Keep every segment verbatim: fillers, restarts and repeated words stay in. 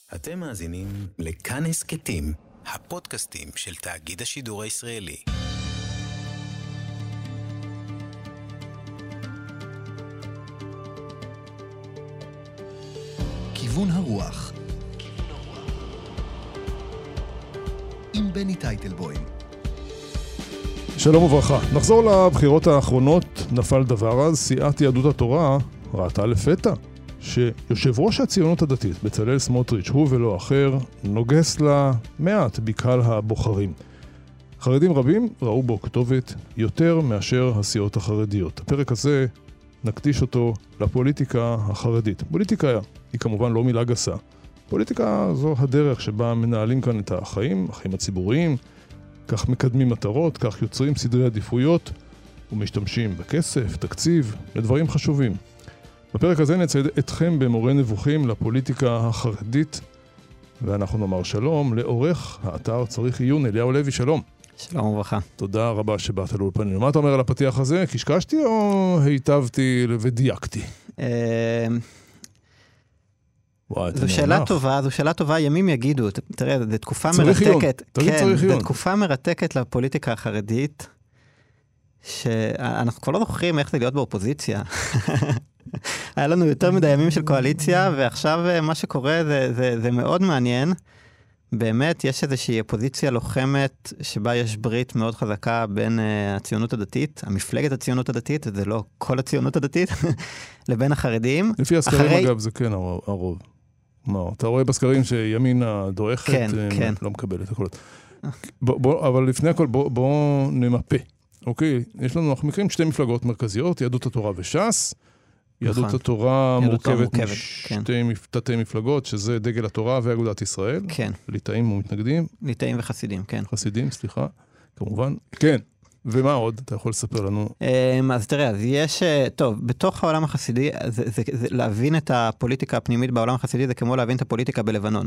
אתם מאזינים לכאן הסקטים, הפודקאסטים של תאגיד השידור הישראלי. כיוון הרוח עם בני טייטלבוים. שלום וברכה. נחזור לבחירות האחרונות. נפל דבר אז, סיעת יהדות התורה ראתה לפתע שיושב ראש הציונות הדתית, בצלאל סמוטריץ', הוא ולא אחר, נוגס לה מעט בקהל הבוחרים. חרדים רבים ראו בו כתובת יותר מאשר הסיעות החרדיות. הפרק הזה נקדיש אותו לפוליטיקה החרדית. פוליטיקה היא כמובן לא מילה גסה. פוליטיקה זו הדרך שבה מנהלים כאן את החיים, החיים הציבוריים, כך מקדמים מטרות, כך יוצרים סדרי עדיפויות ומשתמשים בכסף, תקציב, לדברים חשובים. בפרק הזה נצייד אתכם במורה נבוכים לפוליטיקה החרדית, ואנחנו נאמר שלום לעורך האתר צריך עיון, אליהו לוי, שלום. שלום וברכה. תודה רבה שבאת לאולפנינו. מה אתה אומר על הפתיח הזה? קשקשתי או היטבתי ודייקתי? זו שאלה טובה, זו שאלה טובה, ימים יגידו, תראה, זו תקופה מרתקת. כן, זו תקופה מרתקת לפוליטיקה החרדית, שאנחנו כבר לא זוכרים איך זה להיות באופוזיציה. היה לנו יותר מדי ימים של קואליציה, ועכשיו מה שקורה זה, זה, זה מאוד מעניין. באמת יש איזושהי אופוזיציה לוחמת, שבה יש ברית מאוד חזקה בין uh, הציונות הדתית, המפלגת הציונות הדתית, זה לא כל הציונות הדתית, לבין החרדים. לפי הסקרים אחרי... אגב זה כן הרוב. מה, אתה רואה בסקרים שימינה דועכת, כן, כן. לא מקבל את הכל. בוא, בוא, אבל לפני הכל בוא, בוא נמפה. אוקיי, יש לנו אנחנו מכירים שתי מפלגות מרכזיות, יהדות התורה וש"ס. יהדות נכון. התורה יהדות מורכבת משתי כן. תתי מפלגות, שזה דגל התורה ואגודת ישראל. כן. ליטאים ומתנגדים. ליטאים וחסידים, כן. חסידים, סליחה, כמובן. כן. ומה עוד? אתה יכול לספר לנו? אז תראה, אז יש, טוב, בתוך העולם החסידי, זה, זה, זה, להבין את הפוליטיקה הפנימית בעולם החסידי, זה כמו להבין את הפוליטיקה בלבנון.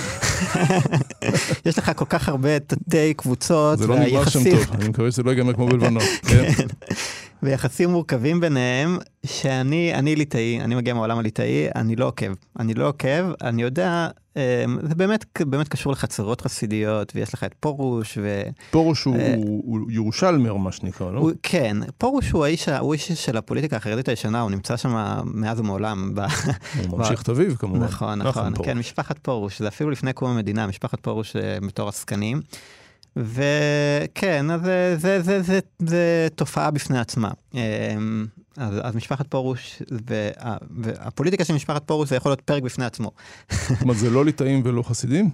יש לך כל כך הרבה תתי קבוצות. זה לא נגמר שם טוב, אני מקווה שזה לא ייגמר כמו בלבנון. כן. ויחסים מורכבים ביניהם, שאני, אני ליטאי, אני מגיע מהעולם הליטאי, אני לא עוקב. אני לא עוקב, אני יודע, זה באמת, באמת קשור לחצרות חסידיות, ויש לך את פורוש ו... פורוש הוא, הוא ירושלמר, מה שנקרא, לא? הוא, כן, פורוש הוא האיש, הוא האיש של הפוליטיקה החרדית הישנה, הוא נמצא שם מאז ומעולם. הוא ממשיך תביב, כמובן. נכון, נכון, כן, משפחת פורוש, זה אפילו לפני קום המדינה, משפחת פורוש בתור עסקנים. וכן, אז זה, זה, זה, זה, זה תופעה בפני עצמה. אז, אז משפחת פורוש, וה, והפוליטיקה של משפחת פורוש זה יכול להיות פרק בפני עצמו. זאת אומרת, זה לא ליטאים ולא חסידים?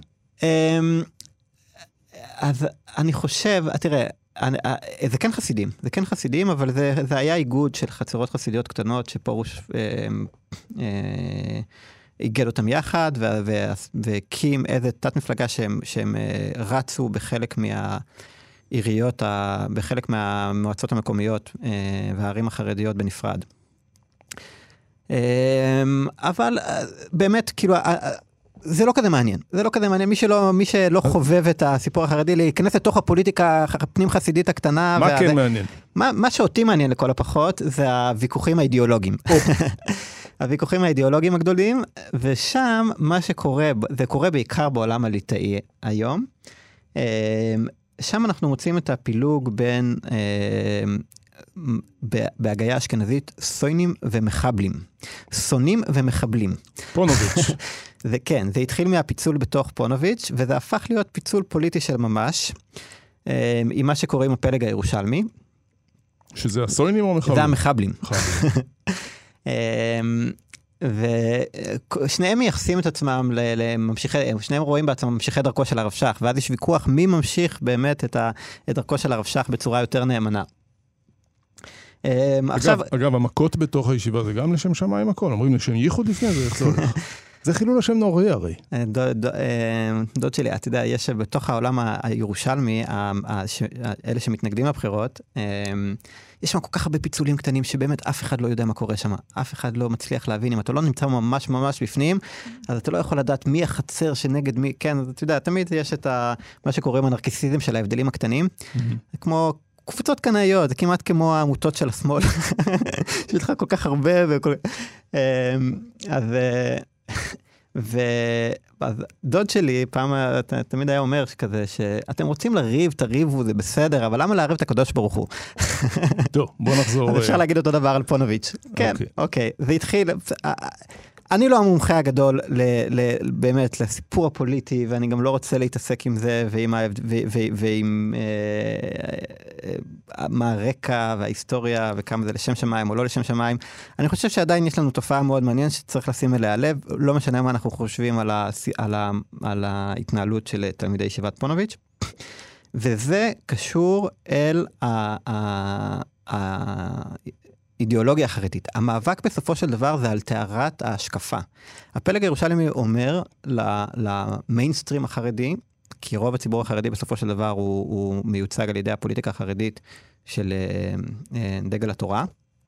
אז אני חושב, תראה, זה כן חסידים, זה כן חסידים, אבל זה, זה היה איגוד של חצרות חסידיות קטנות, שפורוש איגד אותם יחד, והקים איזה תת מפלגה שהם, שהם רצו בחלק מהעיריות, בחלק מהמועצות המקומיות והערים החרדיות בנפרד. אבל באמת, כאילו, זה לא כזה מעניין. זה לא כזה מעניין. מי שלא, מי שלא חובב את הסיפור החרדי, להיכנס לתוך הפוליטיקה הפנים חסידית הקטנה. מה כן מעניין? מה, מה שאותי מעניין לכל הפחות, זה הוויכוחים האידיאולוגיים. הוויכוחים האידיאולוגיים הגדולים, ושם מה שקורה, זה קורה בעיקר בעולם הליטאי היום. שם אנחנו מוצאים את הפילוג בין, בהגייה אשכנזית, סוינים ומחבלים. סונים ומחבלים. פונוביץ'. זה כן, זה התחיל מהפיצול בתוך פונוביץ', וזה הפך להיות פיצול פוליטי של ממש, עם מה שקורה עם הפלג הירושלמי. שזה הסוינים או מחבלים? זה המחבלים. מחבלים. ושניהם מייחסים את עצמם לממשיכי, שניהם רואים בעצמם ממשיכי דרכו של הרב שך, ואז יש ויכוח מי ממשיך באמת את דרכו של הרב שך בצורה יותר נאמנה. אגב, אגב, המכות בתוך הישיבה זה גם לשם שמיים הכל, אומרים לשם ייחוד לפני זה, איך זה הולך? זה חילול השם נוראי הרי. דוד שלי, אתה יודע, יש בתוך העולם הירושלמי, אלה שמתנגדים לבחירות, יש שם כל כך הרבה פיצולים קטנים שבאמת אף אחד לא יודע מה קורה שם. אף אחד לא מצליח להבין. אם אתה לא נמצא ממש ממש בפנים, אז אתה לא יכול לדעת מי החצר שנגד מי. כן, אז אתה יודע, תמיד יש את מה שקורה עם הנרקיסיזם של ההבדלים הקטנים. זה כמו קבוצות קנאיות, זה כמעט כמו העמותות של השמאל. יש לך כל כך הרבה וכל... אז... אז דוד שלי פעם תמיד היה אומר כזה, שאתם רוצים לריב, תריבו, זה בסדר, אבל למה לערב את הקדוש ברוך הוא? טוב, בוא נחזור. אז אפשר להגיד אותו דבר על פונוביץ'. כן, אוקיי. זה התחיל... אני לא המומחה הגדול באמת לסיפור הפוליטי, ואני גם לא רוצה להתעסק עם זה, ועם מה הרקע וההיסטוריה, וכמה זה לשם שמיים או לא לשם שמיים. אני חושב שעדיין יש לנו תופעה מאוד מעניינת שצריך לשים אליה לב, לא משנה מה אנחנו חושבים על ההתנהלות של תלמידי ישיבת פונוביץ', וזה קשור אל האידיאולוגיה החרדית. המאבק בסופו של דבר זה על תארת ההשקפה. הפלג הירושלמי אומר למיינסטרים החרדי, כי רוב הציבור החרדי בסופו של דבר הוא, הוא מיוצג על ידי הפוליטיקה החרדית של דגל התורה.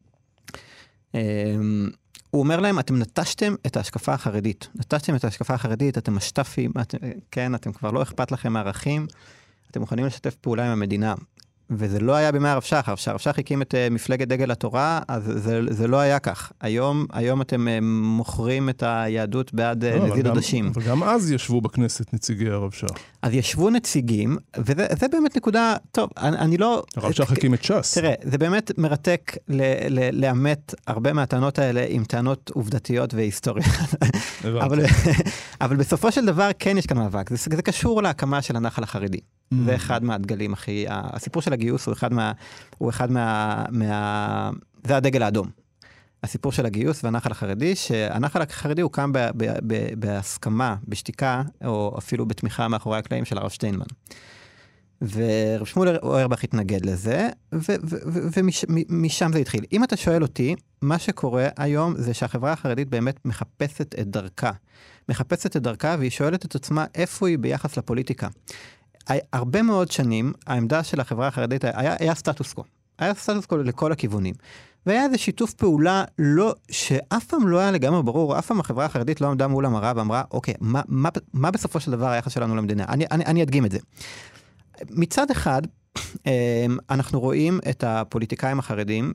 הוא אומר להם, אתם נטשתם את ההשקפה החרדית. נטשתם את ההשקפה החרדית, אתם משתפים, אתם, כן, אתם כבר לא אכפת לכם מערכים, אתם מוכנים לשתף פעולה עם המדינה. וזה לא היה בימי הרב שך. הרב שך הקים את uh, מפלגת דגל התורה, אז זה, זה לא היה כך. היום, היום אתם uh, מוכרים את היהדות בעד uh, נזיד עדשים. אבל גם אז ישבו בכנסת נציגי הרב שך. אז ישבו נציגים, וזה זה באמת נקודה, טוב, אני, אני לא... הרב שך הקים את ש"ס. תראה, זה באמת מרתק ל, ל, לאמת הרבה מהטענות האלה עם טענות עובדתיות והיסטוריות. אבל, אבל בסופו של דבר כן יש כאן מאבק. זה, זה קשור להקמה של הנחל החרדי. Mm. זה אחד מהדגלים הכי... הסיפור של הגיוס הוא אחד מה... הוא אחד מה... מה... זה הדגל האדום. הסיפור של הגיוס והנחל החרדי, שהנחל החרדי הוא קם ב, ב, ב, בהסכמה, בשתיקה, או אפילו בתמיכה מאחורי הקלעים של הרב שטיינמן. ורב שמואל אוירבך התנגד לזה, ומשם זה התחיל. אם אתה שואל אותי, מה שקורה היום זה שהחברה החרדית באמת מחפשת את דרכה. מחפשת את דרכה, והיא שואלת את עצמה איפה היא ביחס לפוליטיקה. הרבה מאוד שנים, העמדה של החברה החרדית היה, היה סטטוס קו. היה סטטוס קו לכל הכיוונים. והיה איזה שיתוף פעולה לא, שאף פעם לא היה לגמרי ברור, אף פעם החברה החרדית לא עמדה מול המראה ואמרה, אוקיי, מה, מה, מה בסופו של דבר היחס שלנו למדינה? אני, אני, אני אדגים את זה. מצד אחד, אנחנו רואים את הפוליטיקאים החרדים,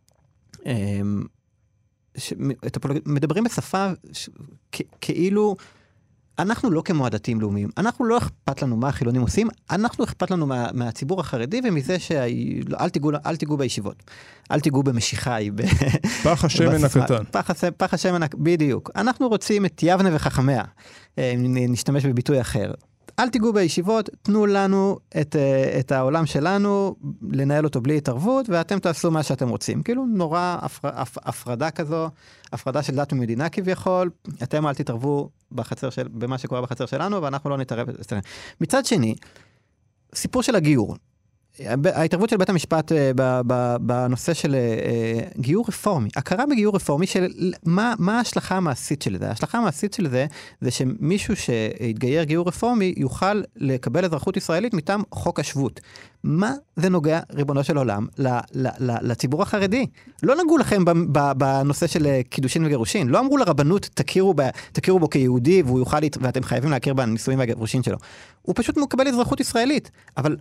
את הפוליט... מדברים בשפה כ... כאילו, אנחנו לא כמו הדתיים לאומיים, אנחנו לא אכפת לנו מה החילונים עושים, אנחנו אכפת לנו מה... מהציבור החרדי, ומזה שאל תיגעו, אל תיגעו בישיבות, אל תיגעו במשיחי. ב... פח השמן הקטן. פח, פח השמן, בדיוק. אנחנו רוצים את יבנה וחכמיה, נשתמש בביטוי אחר. אל תיגעו בישיבות, תנו לנו את, את העולם שלנו, לנהל אותו בלי התערבות, ואתם תעשו מה שאתם רוצים. כאילו נורא הפר, הפ, הפרדה כזו, הפרדה של דת ומדינה כביכול, אתם אל תתערבו בחצר של, במה שקורה בחצר שלנו, ואנחנו לא נתערב. מצד שני, סיפור של הגיור. ההתערבות של בית המשפט בנושא של גיור רפורמי, הכרה בגיור רפורמי של מה, מה ההשלכה המעשית של זה? ההשלכה המעשית של זה, זה שמישהו שהתגייר גיור רפורמי יוכל לקבל אזרחות ישראלית מטעם חוק השבות. מה זה נוגע, ריבונו של עולם, לציבור החרדי? לא נגעו לכם בנושא של קידושין וגירושין, לא אמרו לרבנות, תכירו, תכירו בו כיהודי, והוא יוכל, ואתם חייבים להכיר בנישואים והגירושין שלו. הוא פשוט מקבל אזרחות ישראלית, אבל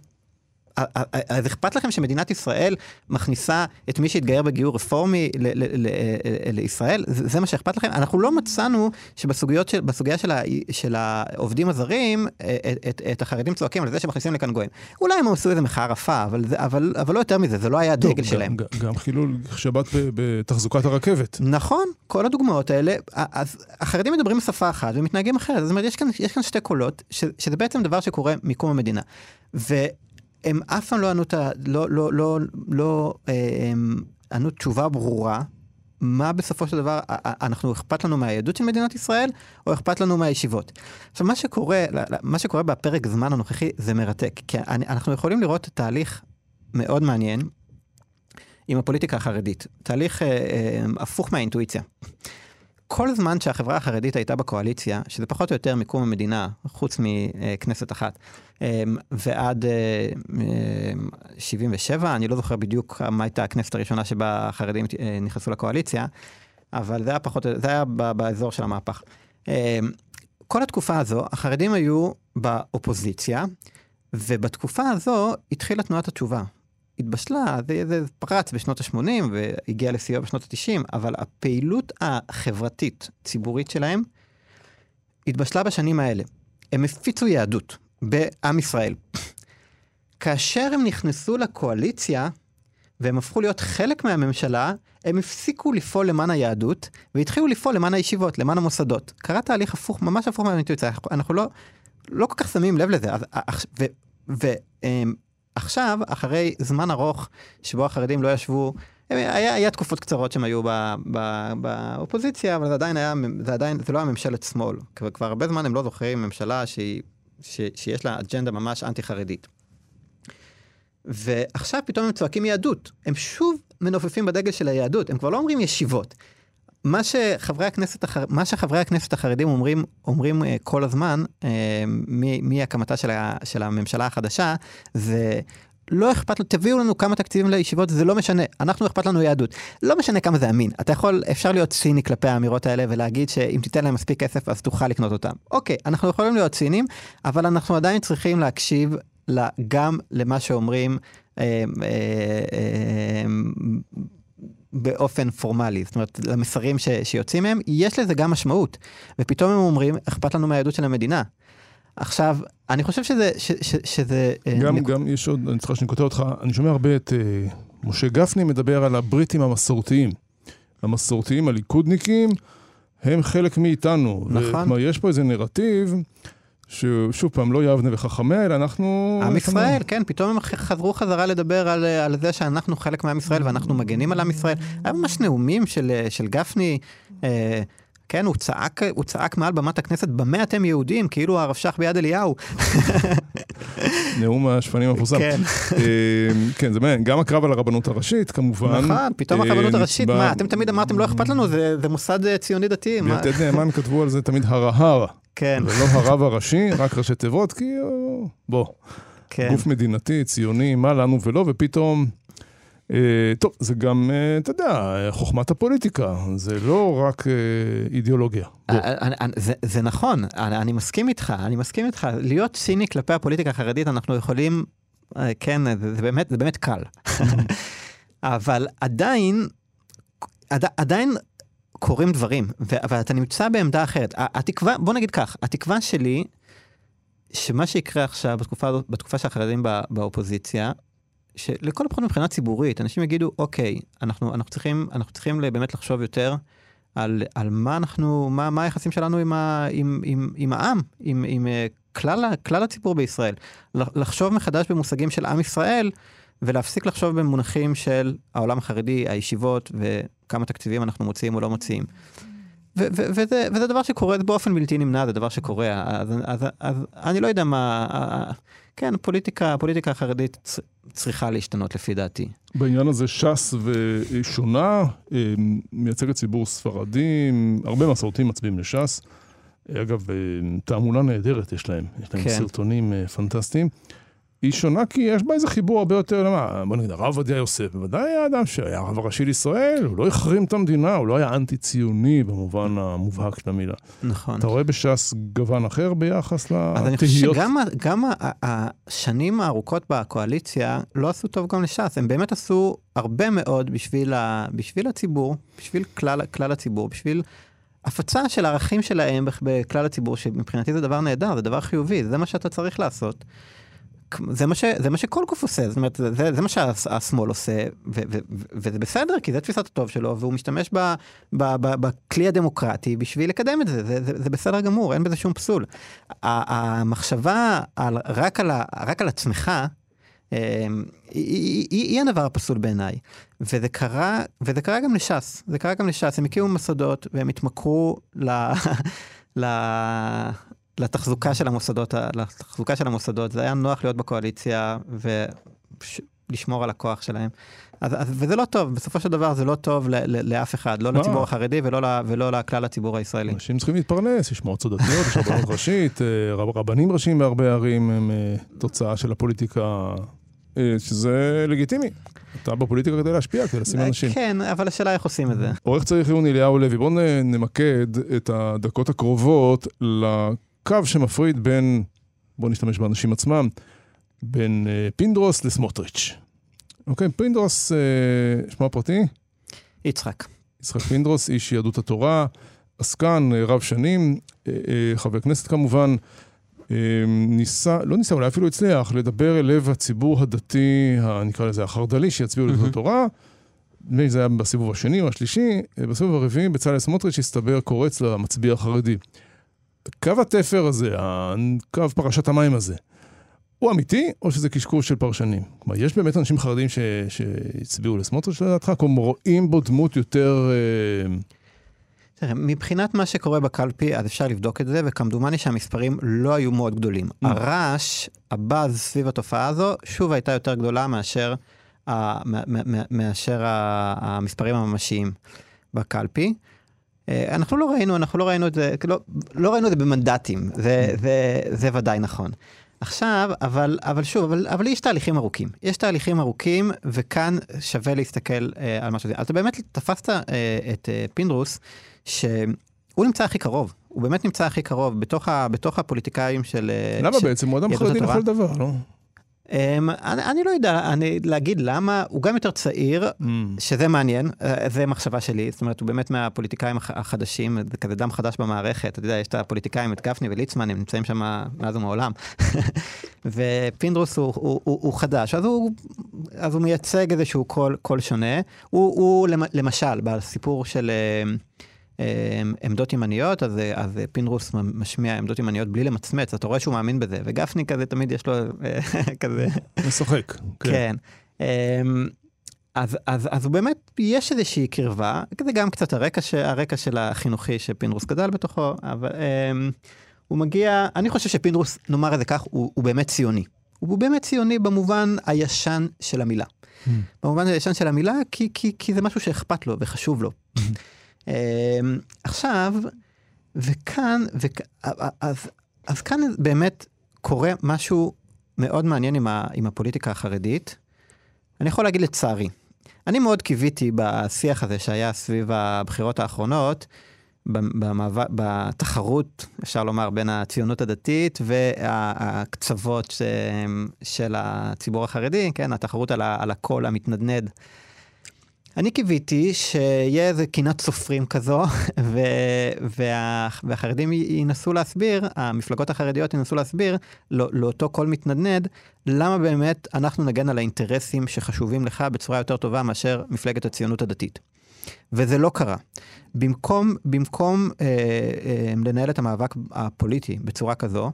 אז אכפת לכם שמדינת ישראל מכניסה את מי שהתגייר בגיור רפורמי לישראל? זה מה שאכפת לכם? אנחנו לא מצאנו שבסוגיה של העובדים הזרים, את החרדים צועקים על זה שמכניסים לכאן גויים. אולי הם עשו איזה מחאה רפה, אבל לא יותר מזה, זה לא היה הדגל שלהם. גם חילול שבת בתחזוקת הרכבת. נכון, כל הדוגמאות האלה, אז החרדים מדברים בשפה אחת ומתנהגים אחרת. זאת אומרת, יש כאן שתי קולות, שזה בעצם דבר שקורה מקום המדינה. ו... הם אף פעם לא ענו, לא, לא, לא, לא, הם ענו תשובה ברורה, מה בסופו של דבר, אנחנו אכפת לנו מהיהדות של מדינת ישראל, או אכפת לנו מהישיבות. עכשיו, מה שקורה, מה שקורה בפרק זמן הנוכחי, זה מרתק, כי אנחנו יכולים לראות תהליך מאוד מעניין, עם הפוליטיקה החרדית. תהליך אה, אה, הפוך מהאינטואיציה. כל זמן שהחברה החרדית הייתה בקואליציה, שזה פחות או יותר מקום המדינה, חוץ מכנסת אחת, ועד שבעים ושבע, אני לא זוכר בדיוק מה הייתה הכנסת הראשונה שבה החרדים נכנסו לקואליציה, אבל זה היה פחות, זה היה באזור של המהפך. כל התקופה הזו, החרדים היו באופוזיציה, ובתקופה הזו התחילה תנועת התשובה. התבשלה, זה, זה פרץ בשנות ה-שמונים והגיע לסיוע בשנות ה-תשעים, אבל הפעילות החברתית, ציבורית שלהם, התבשלה בשנים האלה. הם הפיצו יהדות בעם ישראל. כאשר הם נכנסו לקואליציה, והם הפכו להיות חלק מהממשלה, הם הפסיקו לפעול למען היהדות, והתחילו לפעול למען הישיבות, למען המוסדות. קרה תהליך הפוך, ממש הפוך מהאינטואיציה. אנחנו לא, לא כל כך שמים לב לזה. ועכשיו, אחרי זמן ארוך, שבו החרדים לא ישבו, היה, היה תקופות קצרות שהם היו ב, ב, באופוזיציה, אבל זה עדיין היה, זה עדיין, זה לא היה ממשלת שמאל. כבר, כבר הרבה זמן הם לא זוכרים ממשלה שהיא, ש, שיש לה אג'נדה ממש אנטי-חרדית. ועכשיו פתאום הם צועקים יהדות. הם שוב מנופפים בדגל של היהדות. הם כבר לא אומרים ישיבות. מה שחברי הכנסת, החר... מה שחברי הכנסת החרדים אומרים, אומרים uh, כל הזמן, uh, מהקמתה של, ה... של הממשלה החדשה, זה לא אכפת לו, תביאו לנו כמה תקציבים לישיבות, זה לא משנה. אנחנו אכפת לנו יהדות. לא משנה כמה זה אמין. אתה יכול, אפשר להיות ציני כלפי האמירות האלה, ולהגיד שאם תיתן להם מספיק כסף, אז תוכל לקנות אותם. אוקיי, אנחנו יכולים להיות ציניים, אבל אנחנו עדיין צריכים להקשיב גם למה שאומרים אה, אה, אה, באופן פורמלי, זאת אומרת, למסרים ש, שיוצאים מהם, יש לזה גם משמעות. ופתאום הם אומרים, אכפת לנו מהיהדות של המדינה. עכשיו, אני חושב שזה... ש, ש, שזה גם, נק... גם יש עוד, אני צריכה שאני כותב אותך, אני שומע הרבה את אה, משה גפני מדבר על הבריטים המסורתיים. המסורתיים, הליכודניקים, הם חלק מאיתנו. נכון. וכלומר, יש פה איזה נרטיב... ששוב פעם, לא יבנה וחכמיה, אלא אנחנו... עם ישראל, כן, פתאום הם חזרו חזרה לדבר על, על זה שאנחנו חלק מעם ישראל, ואנחנו מגנים על עם ישראל. היה ממש נאומים של, של גפני, אה, כן, הוא צעק, הוא צעק מעל במת הכנסת, במה אתם יהודים, כאילו הרב שך ביד אליהו. נאום השפנים המפורסם. כן. כן, זה מעניין, גם הקרב על הרבנות הראשית, כמובן. נכון, פתאום הרבנות הראשית, מה, אתם תמיד אמרתם, לא אכפת לנו, זה מוסד ציוני דתי. ויתד נאמן כתבו על זה תמיד הרהר. כן. ולא הרב הראשי, רק ראשי תיבות, כי בוא, כן. גוף מדינתי, ציוני, מה לנו ולא, ופתאום, אה, טוב, זה גם, אה, אתה יודע, חוכמת הפוליטיקה, זה לא רק אה, אידיאולוגיה. אני, אני, זה, זה נכון, אני, אני מסכים איתך, אני מסכים איתך, להיות ציני כלפי הפוליטיקה החרדית, אנחנו יכולים, אה, כן, זה, זה באמת, זה באמת קל. אבל עדיין, עד, עדיין, קורים דברים, אבל אתה נמצא בעמדה אחרת. התקווה, בוא נגיד כך, התקווה שלי, שמה שיקרה עכשיו, בתקופה, בתקופה שהחרדים באופוזיציה, שלכל הפחות מבחינה ציבורית, אנשים יגידו, אוקיי, אנחנו, אנחנו צריכים, אנחנו צריכים באמת לחשוב יותר על, על מה אנחנו, מה, מה היחסים שלנו עם, ה, עם, עם, עם העם, עם, עם כלל, כלל הציבור בישראל. לחשוב מחדש במושגים של עם ישראל, ולהפסיק לחשוב במונחים של העולם החרדי, הישיבות, וכמה תקציבים אנחנו מוציאים או לא מוציאים. ו- ו- וזה, וזה דבר שקורה באופן בלתי נמנע, זה דבר שקורה. אז, אז, אז אני לא יודע מה... כן, פוליטיקה, הפוליטיקה החרדית צריכה להשתנות לפי דעתי. בעניין הזה ש"ס ושונה, מייצגת ציבור ספרדים, הרבה מסורתיים מצביעים לש"ס. אגב, תעמולה נהדרת יש להם, יש להם כן. סרטונים פנטסטיים. היא שונה כי יש בה איזה חיבור הרבה יותר, למה, בוא נגיד, הרב עובדיה יוסף, בוודאי היה אדם שהיה הרב הראשי לישראל, הוא לא החרים את המדינה, הוא לא היה אנטי-ציוני במובן המובהק של המילה. נכון. אתה רואה בש"ס גוון אחר ביחס לתהיות? אז אני חושב שגם השנים הארוכות בקואליציה לא עשו טוב גם לש"ס, הם באמת עשו הרבה מאוד בשביל, ה, בשביל הציבור, בשביל כלל, כלל הציבור, בשביל הפצה של הערכים שלהם בכלל הציבור, שמבחינתי זה דבר נהדר, זה דבר חיובי, זה מה שאתה צריך לעשות. זה מה, ש, זה מה שכל גוף עושה, זאת אומרת, זה, זה מה שהשמאל עושה, ו, ו, ו, וזה בסדר, כי זה תפיסת הטוב שלו, והוא משתמש ב, ב, ב, בכלי הדמוקרטי בשביל לקדם את זה, זה, זה, זה בסדר גמור, אין בזה שום פסול. המחשבה על, רק, על ה, רק על עצמך, היא, היא, היא, היא הדבר הפסול בעיניי, וזה קרה, וזה קרה גם לש"ס, זה קרה גם לש"ס, הם הקימו מסודות, והם התמכרו ל... ל לתחזוקה של המוסדות, לתחזוקה של המוסדות, זה היה נוח להיות בקואליציה ולשמור על הכוח שלהם. אז, אז, וזה לא טוב, בסופו של דבר זה לא טוב ל, ל, לאף אחד, לא לציבור החרדי ולא, ולא לכלל הציבור הישראלי. אנשים צריכים להתפרנס, יש מועצות דתיות, יש רבנות ראשית, רבנים ראשיים בהרבה ערים הם תוצאה של הפוליטיקה, שזה לגיטימי. אתה בפוליטיקה כדי להשפיע, כדי לשים אנשים. כן, אבל השאלה איך עושים את זה. עורך צריך יוני אליהו לוי, בואו נמקד את הדקות הקרובות לקו שמפריד בין, בואו נשתמש באנשים עצמם, בין פינדרוס לסמוטריץ'. אוקיי, פינדרוס, שמו הפרטי? יצחק. יצחק פינדרוס, איש יהדות התורה, עסקן רב שנים, חבר כנסת כמובן, ניסה, לא ניסה, אולי אפילו הצליח, לדבר אל לב הציבור הדתי, נקרא לזה החרד"לי, שיצביעו לדבר תורה. זה היה בסיבוב השני או השלישי, בסיבוב הרביעי בצלאל סמוטריץ' הסתבר קורץ למצביע החרדי. קו התפר הזה, קו פרשת המים הזה, הוא אמיתי או שזה קשקוש של פרשנים? כלומר, יש באמת אנשים חרדים ש... שהצביעו לסמוטריץ' לדעתך, כמו רואים בו דמות יותר... מבחינת מה שקורה בקלפי, אז אפשר לבדוק את זה, וכמדומני שהמספרים לא היו מאוד גדולים. הרעש, הבאז סביב התופעה הזו, שוב הייתה יותר גדולה מאשר, מאשר המספרים הממשיים בקלפי. אנחנו לא ראינו, אנחנו לא ראינו את זה, לא, לא ראינו את זה במנדטים, זה, זה, זה ודאי נכון. עכשיו, אבל, אבל שוב, אבל, אבל יש תהליכים ארוכים. יש תהליכים ארוכים, וכאן שווה להסתכל אה, על משהו הזה. אז אתה באמת תפסת אה, את אה, פינדרוס, שהוא נמצא הכי קרוב. הוא באמת נמצא הכי קרוב, בתוך, ה, בתוך הפוליטיקאים של... למה של בעצם? הוא אדם חרדי לכל דבר, לא? אני, אני לא יודע אני, להגיד למה, הוא גם יותר צעיר, mm. שזה מעניין, זה מחשבה שלי, זאת אומרת, הוא באמת מהפוליטיקאים החדשים, זה כזה דם חדש במערכת, אתה יודע, יש את הפוליטיקאים, את גפני וליצמן, הם נמצאים שם מאז ומעולם, ופינדרוס הוא, הוא, הוא, הוא חדש, אז הוא, אז הוא מייצג איזשהו קול, קול שונה, הוא, הוא למשל, בסיפור של... עמדות ימניות, אז, אז פינדרוס משמיע עמדות ימניות בלי למצמץ, אתה רואה שהוא מאמין בזה, וגפני כזה תמיד יש לו כזה... משוחק. כן. אז, אז, אז הוא באמת, יש איזושהי קרבה, זה גם קצת הרקע, ש, הרקע של החינוכי שפינדרוס גדל בתוכו, אבל הוא מגיע, אני חושב שפינדרוס, נאמר את זה כך, הוא, הוא באמת ציוני. הוא באמת ציוני במובן הישן של המילה. במובן הישן של המילה, כי, כי, כי זה משהו שאכפת לו וחשוב לו. עכשיו, וכאן, אז, אז כאן באמת קורה משהו מאוד מעניין עם, ה, עם הפוליטיקה החרדית. אני יכול להגיד לצערי, אני מאוד קיוויתי בשיח הזה שהיה סביב הבחירות האחרונות, במאבק, בתחרות, אפשר לומר, בין הציונות הדתית והקצוות של הציבור החרדי, כן, התחרות על, ה, על הקול המתנדנד. אני קיוויתי שיהיה איזה קינת סופרים כזו, ו... וה... והחרדים ינסו להסביר, המפלגות החרדיות ינסו להסביר לא... לאותו קול מתנדנד, למה באמת אנחנו נגן על האינטרסים שחשובים לך בצורה יותר טובה מאשר מפלגת הציונות הדתית. וזה לא קרה. במקום, במקום אה, אה, לנהל את המאבק הפוליטי בצורה כזו,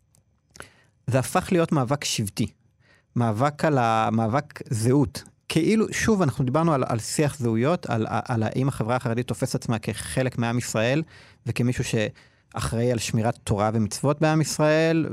זה הפך להיות מאבק שבטי. מאבק על המאבק זהות. כאילו, שוב, אנחנו דיברנו על, על שיח זהויות, על, על האם החברה החרדית תופס עצמה כחלק מעם ישראל, וכמישהו שאחראי על שמירת תורה ומצוות בעם ישראל,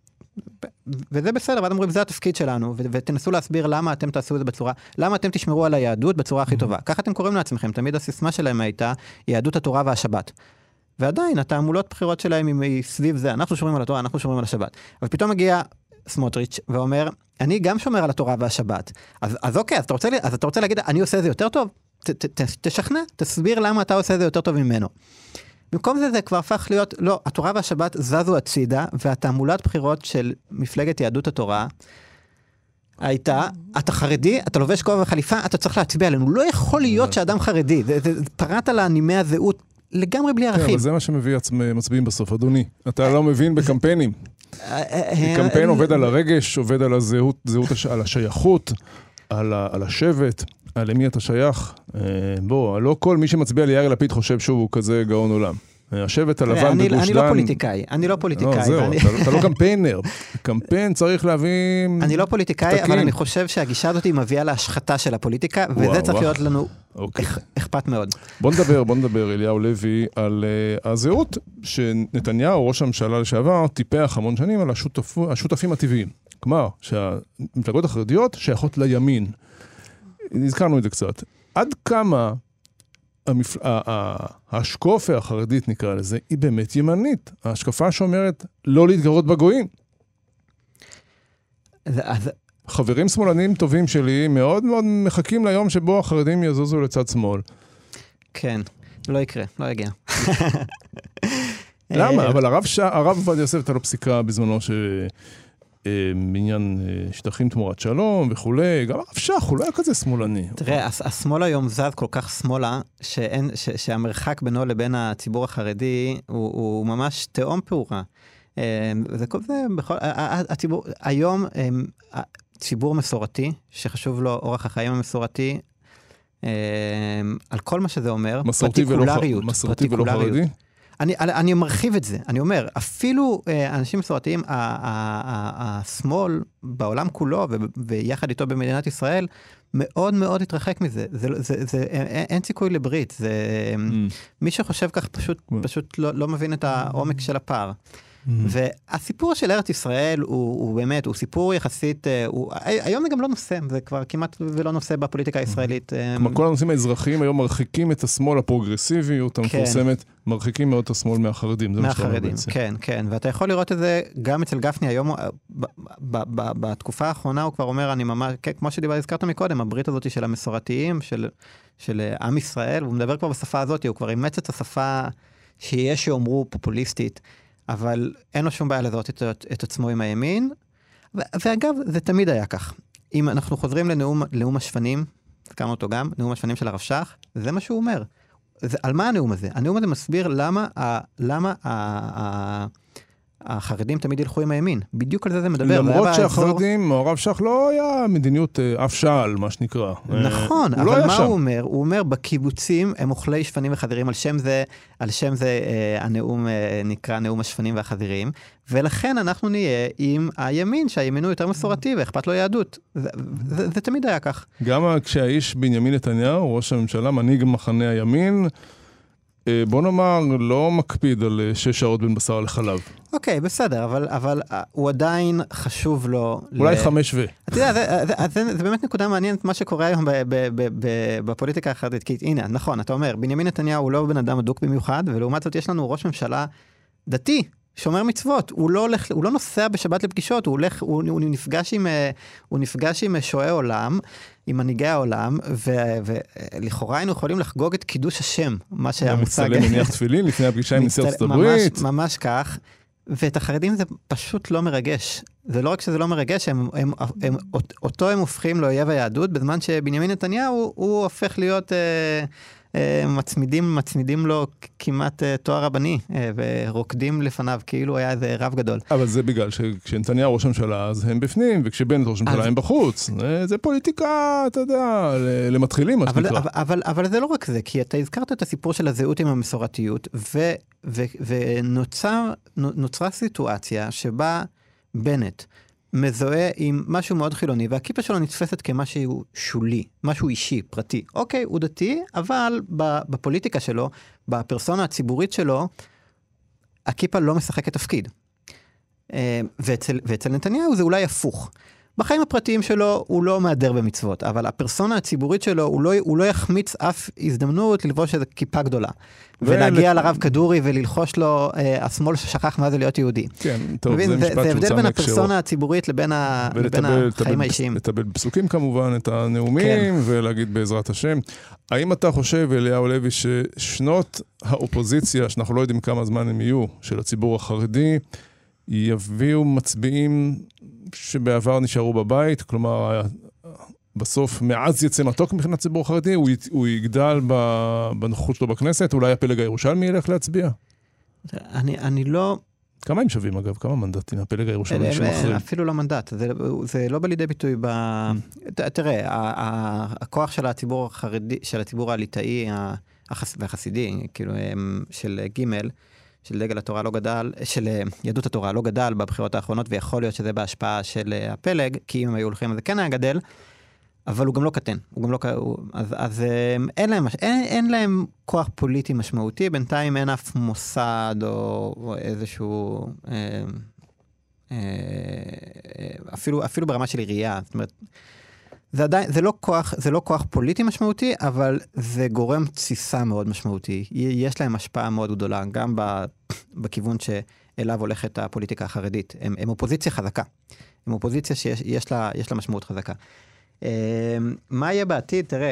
וזה בסדר, ואתם אומרים, זה התפקיד שלנו, ותנסו להסביר למה אתם תעשו את זה בצורה, למה אתם תשמרו על היהדות בצורה הכי טובה. ככה אתם קוראים לעצמכם, תמיד הסיסמה שלהם הייתה, יהדות התורה והשבת. ועדיין, התעמולות בחירות שלהם היא סביב זה, אנחנו שומרים על התורה, אנחנו שומרים על השבת. אבל פתאום מגיע סמוטריץ' ואומר, אני גם שומר על התורה והשבת. אז, אז אוקיי, אז אתה רוצה, אז אתה רוצה להגיד, אני עושה זה יותר טוב? ת, ת, ת, תשכנע, תסביר למה אתה עושה זה יותר טוב ממנו. במקום זה, זה כבר הפך להיות, לא, התורה והשבת זזו הצידה, והתעמולת בחירות של מפלגת יהדות התורה, הייתה, אתה חרדי, אתה לובש כובע וחליפה, אתה צריך להצביע עלינו. לא יכול להיות שאדם חרדי, זה, זה, זה פרט על הנימי הזהות, לגמרי בלי ערכים. אבל זה מה שמביא מצביעים בסוף, אדוני. אתה לא מבין בקמפיינים. קמפיין עובד על הרגש, עובד על הזהות, על השייכות, על השבט, על למי אתה שייך. בוא, לא כל מי שמצביע ליאיר לפיד חושב שהוא כזה גאון עולם. השבט הלבן בגוש דן... אני לא פוליטיקאי, אני לא פוליטיקאי. זהו, אתה לא קמפיינר. קמפיין צריך להביא... אני לא פוליטיקאי, אבל אני חושב שהגישה הזאת מביאה להשחתה של הפוליטיקה, וזה צריך להיות לנו אכפת מאוד. בוא נדבר, בוא נדבר, אליהו לוי, על הזהות שנתניהו, ראש הממשלה לשעבר, טיפח המון שנים על השותפים הטבעיים. כלומר, שהמפלגות החרדיות שייכות לימין. נזכרנו את זה קצת. עד כמה... המפל... ההשקופה החרדית נקרא לזה, היא באמת ימנית. ההשקפה שאומרת לא להתגרות בגויים. אז... חברים שמאלנים טובים שלי מאוד מאוד מחכים ליום שבו החרדים יזוזו לצד שמאל. כן, לא יקרה, לא יגיע. למה? אבל הרב, ש... הרב עובדיה יוסף הייתה לו פסיקה בזמנו ש... בעניין שטחים תמורת שלום וכולי, גם הרב שך, הוא לא היה כזה שמאלני. תראה, השמאל היום זז כל כך שמאלה, שאין, ש, שהמרחק בינו לבין הציבור החרדי הוא, הוא ממש תאום פעורה. זה כל זה, בכל, הציבור, היום, ציבור מסורתי, שחשוב לו אורח החיים המסורתי, על כל מה שזה אומר, פרטיקולריות. מסורתי ולא חרדי? אני, אני מרחיב את זה, אני אומר, אפילו אנשים מסורתיים, השמאל בעולם כולו, ויחד איתו במדינת ישראל, מאוד מאוד התרחק מזה. זה, זה, זה, אין סיכוי לברית. זה, מי שחושב כך פשוט, פשוט לא, לא מבין את העומק של הפער. והסיפור של ארץ ישראל הוא, הוא באמת, הוא סיפור יחסית, הוא, היום זה גם לא נושא, זה כבר כמעט ולא נושא בפוליטיקה הישראלית. כמו כל הנושאים האזרחיים היום מרחיקים את השמאל הפרוגרסיביות המפורסמת, מרחיקים מאוד את השמאל מהחרדים. מהחרדים, כן, כן. ואתה יכול לראות את זה גם אצל גפני היום, בתקופה האחרונה הוא כבר אומר, אני ממש, כמו שדיבר, הזכרת מקודם, הברית הזאת של המסורתיים, של, של עם ישראל, הוא מדבר כבר בשפה הזאת, הוא כבר אימץ את השפה שיש שאומרו פופוליסטית, אבל אין לו שום בעיה לזהות את, את עצמו עם הימין, ו- ואגב, זה תמיד היה כך. אם אנחנו חוזרים לנאום, לנאום השפנים, הזכרנו אותו גם, נאום השפנים של הרב שך, זה מה שהוא אומר. זה, על מה הנאום הזה? הנאום הזה מסביר למה, ה, למה ה, ה, החרדים תמיד ילכו עם הימין. בדיוק על זה זה מדבר. למרות שהחרדים, הרב שך לא היה מדיניות אף שעל, מה שנקרא. נכון, אבל לא מה הוא אומר? הוא אומר, בקיבוצים הם אוכלי שפנים וחזירים, על שם זה, על שם זה הנאום נקרא נאום השפנים והחזירים, ולכן אנחנו נהיה עם הימין, שהימין הוא יותר מסורתי ואכפת לו יהדות. זה, זה, זה תמיד היה כך. גם כשהאיש בנימין נתניהו, ראש הממשלה, מנהיג מחנה הימין, בוא נאמר, לא מקפיד על שש שעות בין בשר לחלב. אוקיי, בסדר, אבל, אבל הוא עדיין חשוב לו... אולי ל... חמש ו... אתה יודע, זה, זה, זה, זה באמת נקודה מעניינת מה שקורה היום ב, ב, ב, ב, בפוליטיקה החרדית. כי הנה, נכון, אתה אומר, בנימין נתניהו הוא לא בן אדם אדוק במיוחד, ולעומת זאת יש לנו ראש ממשלה דתי, שומר מצוות. הוא לא, הולך, הוא לא נוסע בשבת לפגישות, הוא, הולך, הוא, הוא, נפגש עם, הוא נפגש עם שועי עולם, עם מנהיגי העולם, ולכאורה היינו יכולים לחגוג את קידוש השם, מה שהמושג... מצטלם מניח תפילין לפני הפגישה עם נשיא ארצות הברית. ממש, ממש כך. ואת החרדים זה פשוט לא מרגש. זה לא רק שזה לא מרגש, הם, הם, הם, הם, אותו הם הופכים לאויב היהדות, בזמן שבנימין נתניהו הוא הופך להיות... אה, מצמידים, מצמידים לו כמעט תואר רבני, ורוקדים לפניו, כאילו היה איזה רב גדול. אבל זה בגלל שכשנתניהו ראש הממשלה, אז הם בפנים, וכשבנט ראש הממשלה הם בחוץ. זה פוליטיקה, אתה יודע, למתחילים, מה שנקרא. אבל, אבל זה לא רק זה, כי אתה הזכרת את הסיפור של הזהות עם המסורתיות, ונוצרה סיטואציה שבה בנט מזוהה עם משהו מאוד חילוני, והכיפה שלו נתפסת כמשהו שולי, משהו אישי, פרטי. אוקיי, הוא דתי, אבל בפוליטיקה שלו, בפרסונה הציבורית שלו, הכיפה לא משחקת תפקיד. ואצל, ואצל נתניהו זה אולי הפוך. בחיים הפרטיים שלו הוא לא מאדר במצוות, אבל הפרסונה הציבורית שלו, הוא לא, הוא לא יחמיץ אף הזדמנות ללבוש איזו כיפה גדולה. ולהגיע ול... לרב כדורי וללחוש לו, אה, השמאל ששכח מה זה להיות יהודי. כן, טוב, מבין, זה משפט שהוא צמק. זה הבדל בין הפרסונה הציבורית לבין, ה... לבין החיים האישיים. לטבל בפסוקים כמובן, את הנאומים, כן. ולהגיד בעזרת השם. האם אתה חושב, אליהו לוי, ששנות האופוזיציה, שאנחנו לא יודעים כמה זמן הם יהיו, של הציבור החרדי, יביאו מצביעים שבעבר נשארו בבית, כלומר, בסוף מעז יצא מתוק מבחינת ציבור החרדי, הוא, הוא יגדל בנוכחות שלו בכנסת, אולי הפלג הירושלמי ילך להצביע? אני, אני לא... כמה הם שווים אגב? כמה מנדטים הפלג הירושלמי שמחרים? אפילו לא מנדט, זה, זה לא בא לידי ביטוי ב... תראה, הכוח של הציבור החרדי, של הציבור הליטאי והחסידי, כאילו, של ג' של דגל התורה לא גדל, של יהדות התורה לא גדל בבחירות האחרונות, ויכול להיות שזה בהשפעה של הפלג, כי אם הם היו הולכים, אז זה כן היה גדל, אבל הוא גם לא קטן. הוא גם לא, אז, אז אין להם, אין, אין להם כוח פוליטי משמעותי, בינתיים אין אף מוסד או, או איזשהו, אה, אה, אפילו, אפילו ברמה של עירייה, זאת אומרת, זה עדיין, זה לא כוח, זה לא כוח פוליטי משמעותי, אבל זה גורם תסיסה מאוד משמעותי. יש להם השפעה מאוד גדולה, גם בכיוון שאליו הולכת הפוליטיקה החרדית. הם, הם אופוזיציה חזקה. הם אופוזיציה שיש יש לה, יש לה משמעות חזקה. מה יהיה בעתיד? תראה,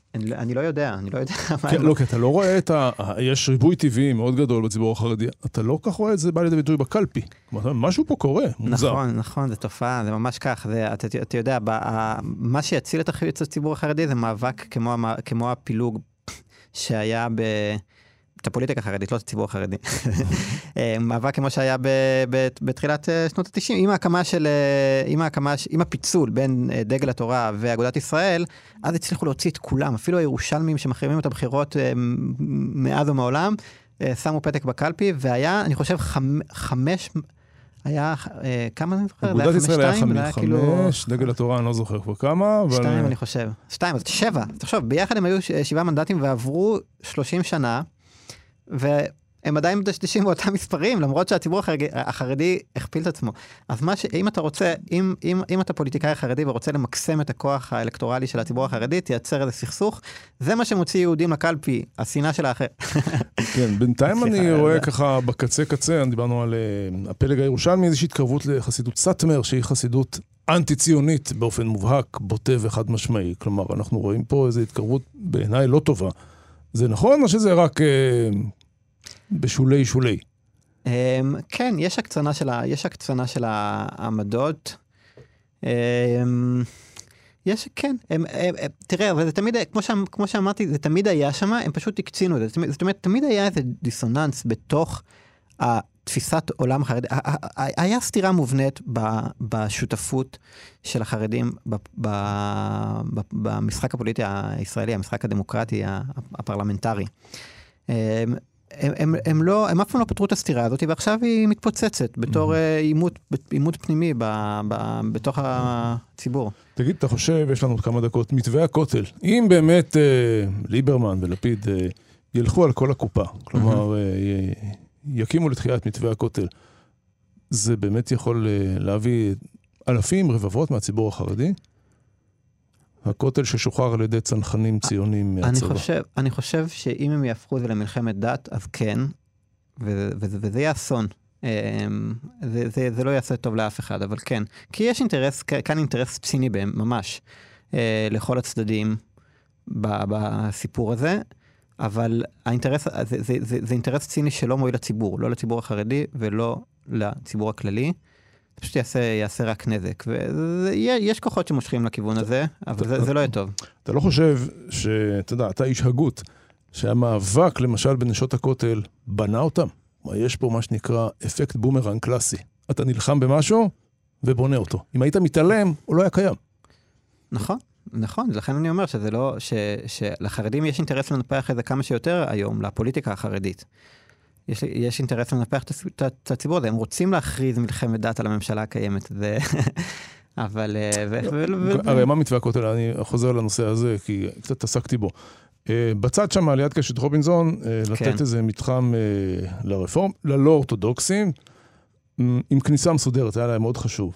אני, אני לא יודע, אני לא יודע. כן, לא, כי אתה לא רואה את ה... יש ריבוי טבעי מאוד גדול בציבור החרדי, אתה לא כך רואה את זה בא לידי ביטוי בקלפי. כלומר, משהו פה קורה, מוזר. נכון, נכון, זה תופעה, זה ממש כך. זה, אתה, אתה יודע, מה שיציל את הציבור החרדי זה מאבק כמו, כמו הפילוג שהיה ב... את הפוליטיקה החרדית, לא את הציבור החרדי. מאבק כמו שהיה ב, ב, בתחילת שנות ה-תשעים, עם ההקמה של, עם ההקמה, עם הפיצול בין דגל התורה ואגודת ישראל, אז הצליחו להוציא את כולם, אפילו הירושלמים שמחרימים את הבחירות מאז ומעולם, שמו פתק בקלפי, והיה, אני חושב, חמ, חמש, היה, כמה אני זוכר? אגודת ישראל היה חמש, חמש, דגל התורה אני לא זוכר כבר כמה, אבל... שתיים אני חושב. שתיים, אז שבע. תחשוב, ביחד הם היו שבעה מנדטים ועברו שלושים שנה, והם עדיין מדשדשים באותם מספרים, למרות שהציבור החרדי, החרדי הכפיל את עצמו. אז מה ש... אם אתה רוצה, אם, אם, אם אתה פוליטיקאי חרדי ורוצה למקסם את הכוח האלקטורלי של הציבור החרדי, תייצר איזה סכסוך, זה מה שמוציא יהודים לקלפי, השנאה של האחר. כן, בינתיים אני רואה ככה בקצה קצה, דיברנו על הפלג הירושלמי, איזושהי התקרבות לחסידות סאטמר, שהיא חסידות אנטי-ציונית באופן מובהק, בוטה וחד משמעי. כלומר, אנחנו רואים פה איזו התקרבות בעיניי לא טובה. זה נכון או שזה רק בשולי שולי? כן, יש הקצנה של ה, יש הקצנה של העמדות. יש, כן. תראה, אבל זה תמיד, כמו שאמרתי, זה תמיד היה שם, הם פשוט הקצינו את זה. זאת אומרת, תמיד היה איזה דיסוננס בתוך התפיסת עולם החרדי. היה סתירה מובנית בשותפות של החרדים במשחק הפוליטי הישראלי, המשחק הדמוקרטי, הפרלמנטרי. הם, הם, הם לא, הם אף פעם לא פתרו את הסתירה הזאת, ועכשיו היא מתפוצצת בתור עימות, עימות פנימי ב, ב, בתוך הציבור. תגיד, אתה חושב, יש לנו עוד כמה דקות, מתווה הכותל, אם באמת אה, ליברמן ולפיד אה, ילכו על כל הקופה, כלומר, אה, יקימו לתחיית מתווה הכותל, זה באמת יכול אה, להביא אלפים, רבבות מהציבור החרדי? הכותל ששוחרר על ידי צנחנים ציונים מהצבא. אני חושב, אני חושב שאם הם יהפכו את זה למלחמת דת, אז כן, וזה, וזה, וזה יהיה אסון. זה, זה, זה לא יעשה טוב לאף אחד, אבל כן. כי יש אינטרס, כאן אינטרס ציני בהם, ממש, לכל הצדדים בסיפור הזה, אבל האינטרס, זה, זה, זה, זה אינטרס ציני שלא מועיל לציבור, לא לציבור החרדי ולא לציבור הכללי. פשוט יעשה, יעשה רק נזק. ויש כוחות שמושכים לכיוון הזה, אבל זה, זה לא יהיה טוב. אתה לא חושב שאתה יודע, אתה איש הגות, שהמאבק, למשל, בנשות הכותל, בנה אותם? יש פה מה שנקרא אפקט בומרנג קלאסי. אתה נלחם במשהו ובונה אותו. אם היית מתעלם, הוא לא היה קיים. נכון, נכון. לכן אני אומר שזה לא, ש, שלחרדים יש אינטרס לנפח את זה כמה שיותר היום, לפוליטיקה החרדית. יש, יש אינטרס לנפח את הציבור הזה, הם רוצים להכריז מלחמת דת על הממשלה הקיימת, זה... אבל... הרי מה מתווה הכותל? אני חוזר לנושא הזה, כי קצת עסקתי בו. בצד שם, ליד קשת רובינזון, לתת איזה מתחם לרפורם, ללא אורתודוקסים, עם כניסה מסודרת, זה היה להם מאוד חשוב.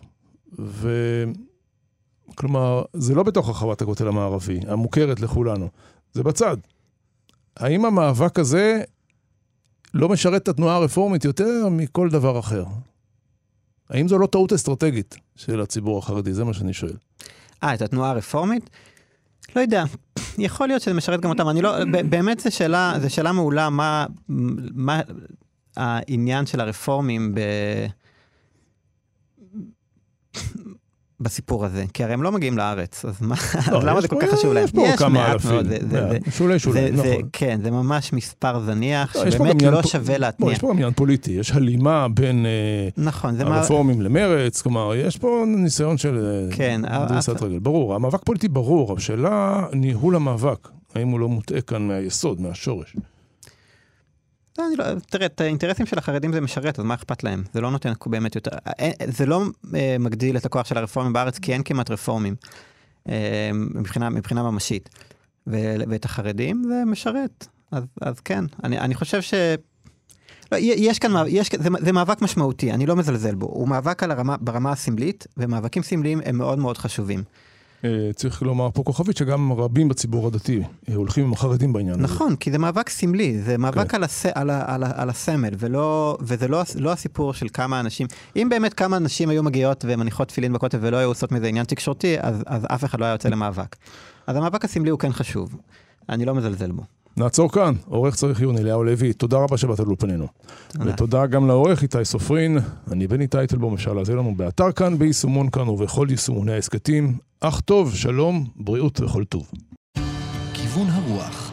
וכלומר, זה לא בתוך הרחבת הכותל המערבי, המוכרת לכולנו, זה בצד. האם המאבק הזה לא משרת את התנועה הרפורמית יותר מכל דבר אחר? האם זו לא טעות אסטרטגית של הציבור החרדי? זה מה שאני שואל. אה, את התנועה הרפורמית? לא יודע. יכול להיות שזה משרת גם אותם. אני לא, באמת זו שאלה, זו שאלה מעולה, מה, מה העניין של הרפורמים ב... בסיפור הזה, כי הרי הם לא מגיעים לארץ, אז מה, לא, למה זה כל כך חשוב להם? יש פה כמה אלפים. שולי שולי, נכון. כן, זה ממש מספר זניח, שבאמת לא שווה להתניע. יש פה עניין פוליטי, יש הלימה בין הרפורמים למרץ, כלומר, יש פה ניסיון של דריסת רגל. ברור, המאבק פוליטי ברור, השאלה ניהול המאבק, האם הוא לא מוטעה כאן מהיסוד, מהשורש. לא, תראה, את האינטרסים של החרדים זה משרת, אז מה אכפת להם? זה לא נותן באמת יותר, זה לא אה, מגדיל את הכוח של הרפורמים בארץ, כי אין כמעט רפורמים, אה, מבחינה, מבחינה ממשית. ו, ואת החרדים זה משרת. אז, אז כן, אני, אני חושב ש... לא, יש כאן, יש, זה, זה מאבק משמעותי, אני לא מזלזל בו. הוא מאבק על הרמה, ברמה הסמלית, ומאבקים סמליים הם מאוד מאוד חשובים. צריך לומר פה כוכבית שגם רבים בציבור הדתי הולכים עם החרדים בעניין הזה. נכון, כי זה מאבק סמלי, זה מאבק על, הס... על, ה... על, ה... על הסמל, ולא... וזה לא... לא הסיפור של כמה אנשים, אם באמת כמה אנשים היו מגיעות ומניחות תפילין בכותל ולא היו עושות מזה עניין תקשורתי, אז, אז אף אחד לא היה יוצא למאבק. אז המאבק הסמלי הוא כן חשוב, אני לא מזלזל בו. נעצור כאן, עורך צריך עיון אליהו לוי, תודה רבה שבאת לאולפנינו. ותודה גם לעורך איתי סופרין, אני בני טייטלבום, אפשר להזיר לנו באתר כאן, ביישומון כאן ובכל יישומוני העסקתים. אך טוב, שלום, בריאות וכל טוב. כיוון הרוח